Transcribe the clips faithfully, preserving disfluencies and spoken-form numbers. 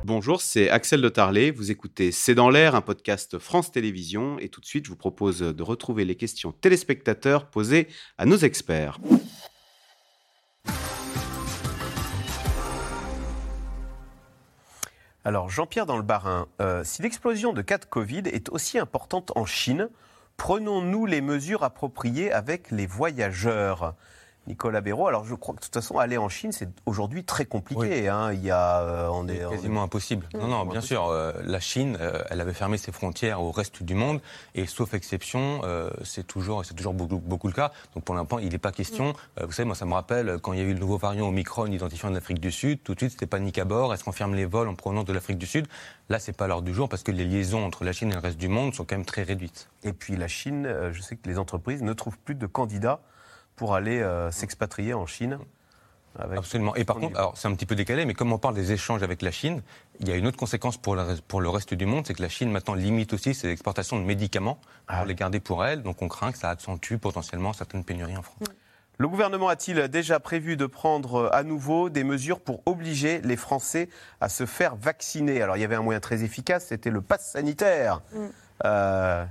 Bonjour, c'est Axel de Tarlet. Vous écoutez C'est dans l'air, un podcast France Télévisions. Et tout de suite, je vous propose de retrouver les questions téléspectateurs posées à nos experts. Alors, Jean-Pierre dans le Bas-Rhin, euh, si l'explosion de cas de Covid est aussi importante en Chine, prenons-nous les mesures appropriées avec les voyageurs ? Nicolas Béraud, alors je crois que de toute façon, aller en Chine, c'est aujourd'hui très compliqué. Oui. Hein. Il y a, euh, on est, quasiment on est... impossible. Non, non, bien sûr, euh, la Chine, euh, elle avait fermé ses frontières au reste du monde, et sauf exception, euh, c'est toujours, c'est toujours beaucoup, beaucoup le cas. Donc pour l'instant, il n'est pas question. Euh, vous savez, moi, ça me rappelle quand il y a eu le nouveau variant Omicron identifié en Afrique du Sud, tout de suite, c'était panique à bord. Est-ce qu'on ferme les vols en provenance de l'Afrique du Sud ? Là, c'est pas l'heure du jour parce que les liaisons entre la Chine et le reste du monde sont quand même très réduites. Et puis la Chine, euh, je sais que les entreprises ne trouvent plus de candidats pour aller euh, s'expatrier en Chine. Avec Absolument. Et par contre, alors, c'est un petit peu décalé, mais comme on parle des échanges avec la Chine, il y a une autre conséquence pour, la, pour le reste du monde, c'est que la Chine maintenant limite aussi ses exportations de médicaments pour ah. les garder pour elle. Donc on craint que ça accentue potentiellement certaines pénuries en France. Oui. Le gouvernement a-t-il déjà prévu de prendre à nouveau des mesures pour obliger les Français à se faire vacciner ? Alors il y avait un moyen très efficace, c'était le pass sanitaire. Mm. Euh,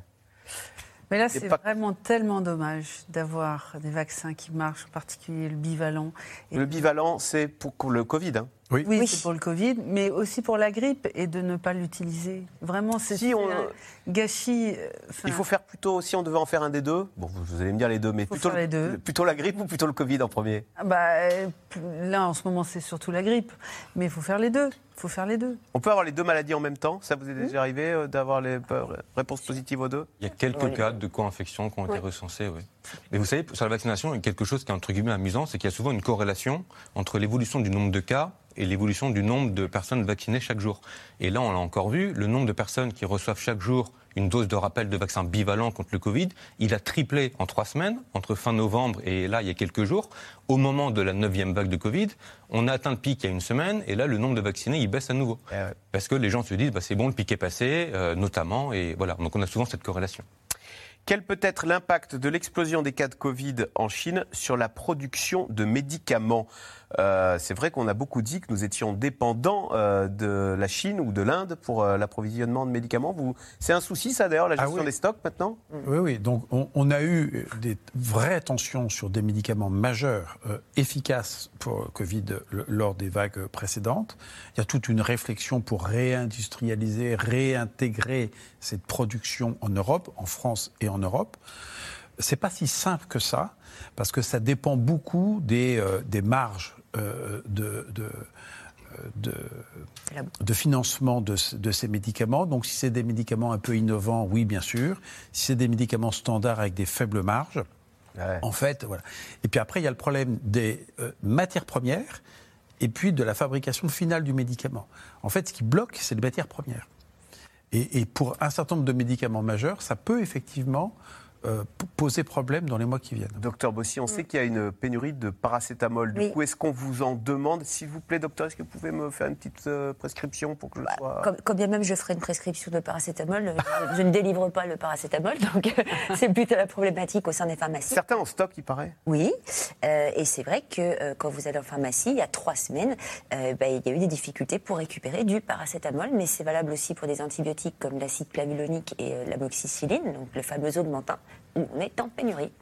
Mais là, c'est pas... vraiment tellement dommage d'avoir des vaccins qui marchent, en particulier le bivalent. Et le bivalent, c'est pour le Covid, hein ? Oui, oui, c'est pour le Covid, mais aussi pour la grippe et de ne pas l'utiliser. Vraiment, c'est si on... un gâchis. Fin... Il faut faire plutôt, si on devait en faire un des deux, bon, vous allez me dire les deux, mais plutôt, les deux. Le, plutôt la grippe ou plutôt le Covid en premier ? Bah, là, en ce moment, c'est surtout la grippe, mais il faut faire les deux. Il faut faire les deux. On peut avoir les deux maladies en même temps ? Ça vous est déjà mmh. arrivé euh, d'avoir les euh, réponses positives aux deux ? Il y a quelques oui. cas de co-infection qui ont oui. été recensés, oui. Mais vous savez, sur la vaccination, il y a quelque chose qui est entre guillemets amusant, c'est qu'il y a souvent une corrélation entre l'évolution du nombre de cas et l'évolution du nombre de personnes vaccinées chaque jour. Et là, on l'a encore vu, le nombre de personnes qui reçoivent chaque jour une dose de rappel de vaccin bivalent contre le Covid, il a triplé en trois semaines, entre fin novembre et là, il y a quelques jours. Au moment de la neuvième vague de Covid, on a atteint le pic il y a une semaine, et là, le nombre de vaccinés, il baisse à nouveau. Eh ouais. Parce que les gens se disent, bah, c'est bon, le pic est passé, euh, notamment, et voilà. Donc on a souvent cette corrélation. Quel peut être l'impact de l'explosion des cas de Covid en Chine sur la production de médicaments ? euh, C'est vrai qu'on a beaucoup dit que nous étions dépendants euh, de la Chine ou de l'Inde pour euh, l'approvisionnement de médicaments. Vous... C'est un souci, ça, d'ailleurs, la gestion ah oui. des stocks, maintenant ? Oui, oui. Donc, on, on a eu des vraies tensions sur des médicaments majeurs, euh, efficaces pour Covid le, lors des vagues précédentes. Il y a toute une réflexion pour réindustrialiser, réintégrer cette production en Europe, en France et en Europe. C'est pas si simple que ça, parce que ça dépend beaucoup des, euh, des marges euh, de, de, de, de financement de, de ces médicaments. Donc si c'est des médicaments un peu innovants, oui, bien sûr. Si c'est des médicaments standards avec des faibles marges, ouais. en fait, voilà. Et puis après, il y a le problème des euh, matières premières et puis de la fabrication finale du médicament. En fait, ce qui bloque, c'est les matières premières. Et, et pour un certain nombre de médicaments majeurs, ça peut effectivement euh, poser problème dans les mois qui viennent. Docteur Bossy, on mmh. sait qu'il y a une pénurie de paracétamol. Du oui. coup, est-ce qu'on vous en demande ? S'il vous plaît, docteur, est-ce que vous pouvez me faire une petite euh, prescription pour que je bah, sois... Comme, comme bien même je ferai une prescription de paracétamol, je, je ne délivre pas le paracétamol, donc c'est plutôt la problématique au sein des pharmacies. Certains en stock, il paraît. Oui, euh, et c'est vrai que euh, quand vous allez en pharmacie, il y a trois semaines, euh, bah, il y a eu des difficultés pour récupérer du paracétamol, mais c'est valable aussi pour des antibiotiques comme l'acide clavulonique et euh, l'amoxicilline, donc le fameux augmentin. On est en pénurie.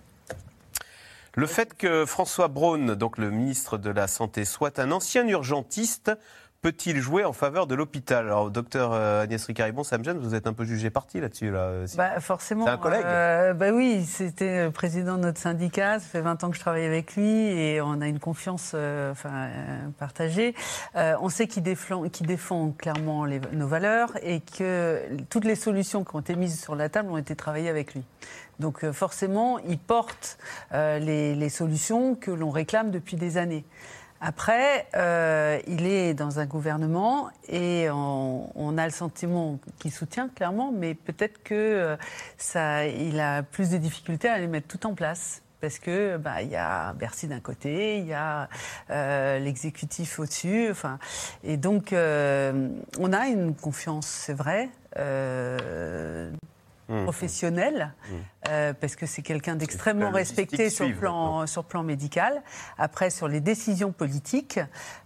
Le fait que François Braun, donc le ministre de la Santé, soit un ancien urgentiste, peut-il jouer en faveur de l'hôpital ? Alors, docteur Agnès Ricard-Ribon, ça me gêne, vous êtes un peu jugé parti là-dessus. Là. Bah, forcément. C'est un collègue euh, bah oui, c'était le président de notre syndicat, ça fait vingt ans que je travaille avec lui et on a une confiance euh, enfin, euh, partagée. Euh, on sait qu'il défend, qu'il défend clairement les, nos valeurs et que toutes les solutions qui ont été mises sur la table ont été travaillées avec lui. Donc euh, forcément, il porte euh, les, les solutions que l'on réclame depuis des années. Après, euh, il est dans un gouvernement et on, on a le sentiment qu'il soutient clairement, mais peut-être que euh, ça, il a plus de difficultés à les mettre tout en place. Parce que bah il y a Bercy d'un côté, il y a euh, l'exécutif au-dessus, enfin et donc euh, on a une confiance, c'est vrai. Euh, mmh. professionnel, mmh. Euh, parce que c'est quelqu'un d'extrêmement respecté sur le plan, sur le plan médical. Après, sur les décisions politiques,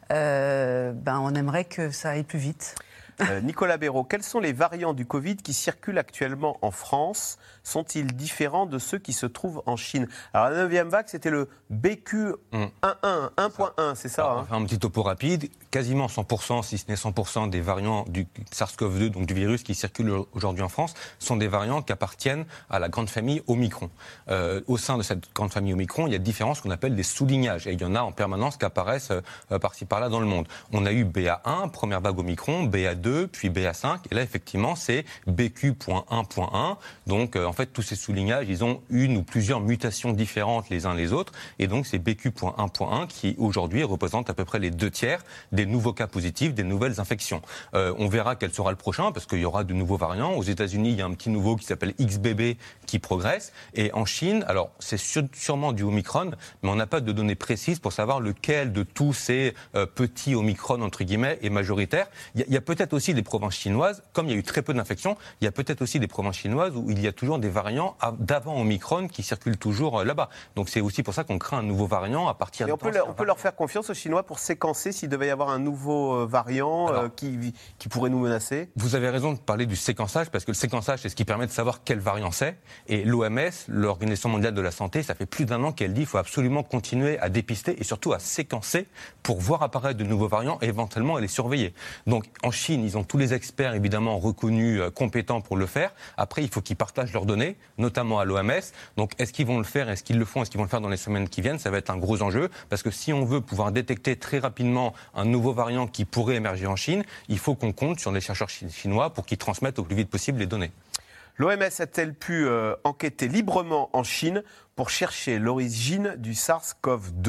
euh, ben, on aimerait que ça aille plus vite. Euh, Nicolas Béraud, quels sont les variants du Covid qui circulent actuellement en France ? Sont-ils différents de ceux qui se trouvent en Chine ? Alors la neuvième vague, c'était le B Q un point un, c'est ça. Alors, hein. on va faire un petit topo rapide. Quasiment cent pour cent, si ce n'est cent pour cent des variants du SARS-C o V deux, donc du virus qui circule aujourd'hui en France, sont des variants qui appartiennent à la grande famille Omicron. Euh, au sein de cette grande famille Omicron, il y a différents, ce qu'on appelle des sous-lignages. Et il y en a en permanence qui apparaissent euh, par-ci par-là dans le monde. On a eu B A un, première vague Omicron, B A deux, puis B A cinq. Et là, effectivement, c'est B Q un point un. Donc, euh, en fait, tous ces sous-lignages, ils ont une ou plusieurs mutations différentes les uns les autres. Et donc, c'est B Q un point un qui, aujourd'hui, représente à peu près les deux tiers des nouveaux cas positifs, des nouvelles infections. Euh, on verra quel sera le prochain, parce qu'il y aura de nouveaux variants. Aux États-Unis, il y a un petit nouveau qui s'appelle X B B qui progresse. Et en Chine, alors, c'est sur, sûrement du Omicron, mais on n'a pas de données précises pour savoir lequel de tous ces euh, petits Omicron, entre guillemets, est majoritaire. Il y a, il y a peut-être aussi des provinces chinoises, comme il y a eu très peu d'infections, il y a peut-être aussi des provinces chinoises où il y a toujours des variants d'avant Omicron qui circulent toujours là-bas. Donc c'est aussi pour ça qu'on crée un nouveau variant à partir de... On, peut leur, on peut leur faire confiance aux Chinois pour séquencer s'il devait y avoir un nouveau variant Alors, euh, qui, qui pourrait nous menacer ? Vous avez raison de parler du séquençage, parce que le séquençage, c'est ce qui permet de savoir quel variant c'est. Et l'O M S, l'Organisation mondiale de la santé, ça fait plus d'un an qu'elle dit qu'il faut absolument continuer à dépister et surtout à séquencer pour voir apparaître de nouveaux variants et éventuellement les surveiller. Donc en Chine, ils ont tous les experts évidemment reconnus, euh, compétents pour le faire. Après, il faut qu'ils partagent leurs données, notamment à l'O M S. Donc est-ce qu'ils vont le faire ? Est-ce qu'ils le font ? Est-ce qu'ils vont le faire dans les semaines qui viennent ? Ça va être un gros enjeu, parce que si on veut pouvoir détecter très rapidement un nouveau variant qui pourrait émerger en Chine, il faut qu'on compte sur les chercheurs chinois pour qu'ils transmettent au plus vite possible les données. L'O M S a-t-elle pu euh, enquêter librement en Chine pour chercher l'origine du SARS-C o V deux ?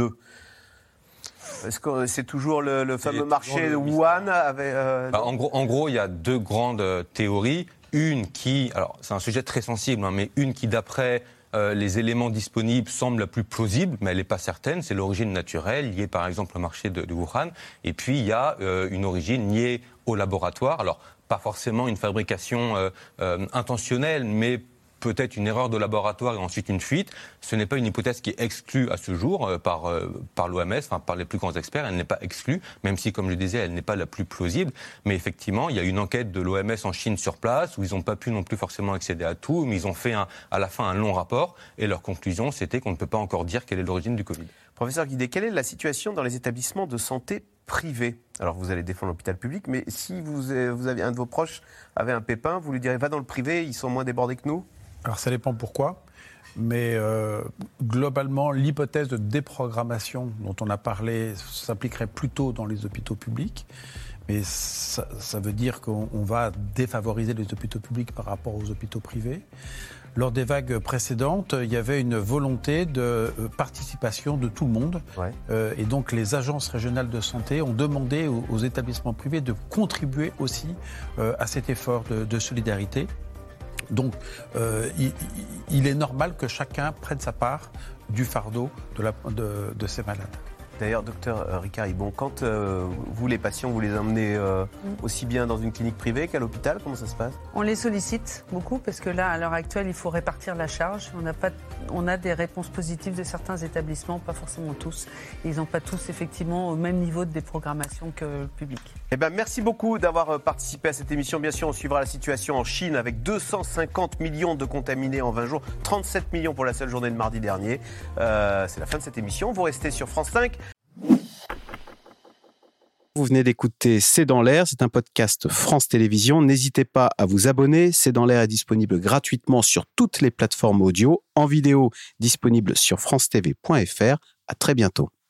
Est-ce que c'est toujours le, le fameux marché de Wuhan avec, euh, bah, en, gros, en gros, il y a deux grandes euh, théories. Une qui, alors c'est un sujet très sensible, hein, mais une qui d'après euh, les éléments disponibles semble la plus plausible, mais elle n'est pas certaine, c'est l'origine naturelle, liée par exemple au marché de, de Wuhan. Et puis il y a euh, une origine liée au laboratoire. Alors pas forcément une fabrication euh, euh, intentionnelle, mais peut-être une erreur de laboratoire et ensuite une fuite. Ce n'est pas une hypothèse qui est exclue à ce jour euh, par, euh, par l'O M S, enfin, par les plus grands experts. Elle n'est pas exclue, même si, comme je le disais, elle n'est pas la plus plausible. Mais effectivement, il y a une enquête de l'O M S en Chine sur place où ils n'ont pas pu non plus forcément accéder à tout, mais ils ont fait un, à la fin un long rapport et leur conclusion, c'était qu'on ne peut pas encore dire quelle est l'origine du Covid. Professeur Guidé, quelle est la situation dans les établissements de santé privés ? Alors vous allez défendre l'hôpital public, mais si vous, vous avez, un de vos proches avait un pépin, vous lui direz va dans le privé, ils sont moins débordés que nous ? Alors ça dépend pourquoi, mais euh, globalement, l'hypothèse de déprogrammation dont on a parlé s'appliquerait plutôt dans les hôpitaux publics. Mais ça, ça veut dire qu'on va défavoriser les hôpitaux publics par rapport aux hôpitaux privés. Lors des vagues précédentes, il y avait une volonté de participation de tout le monde. Ouais. Euh, et donc les agences régionales de santé ont demandé aux, aux établissements privés de contribuer aussi euh, à cet effort de, de solidarité. Donc, euh, il, il est normal que chacun prenne sa part du fardeau de, la, de, de ces malades. D'ailleurs, docteur Ricard Ibon, quand euh, vous, les patients, vous les emmenez euh, aussi bien dans une clinique privée qu'à l'hôpital, comment ça se passe ? On les sollicite beaucoup parce que là, à l'heure actuelle, il faut répartir la charge. On a, pas, on a des réponses positives de certains établissements, pas forcément tous. Ils n'ont pas tous, effectivement, au même niveau de déprogrammation que le public. Eh ben, merci beaucoup d'avoir participé à cette émission. Bien sûr, on suivra la situation en Chine avec deux cent cinquante millions de contaminés en vingt jours, trente-sept millions pour la seule journée de mardi dernier. Euh, c'est la fin de cette émission. Vous restez sur France cinq. Vous venez d'écouter C'est dans l'air, c'est un podcast France Télévisions. N'hésitez pas à vous abonner. C'est dans l'air est disponible gratuitement sur toutes les plateformes audio, en vidéo disponible sur france t v point f r. À très bientôt.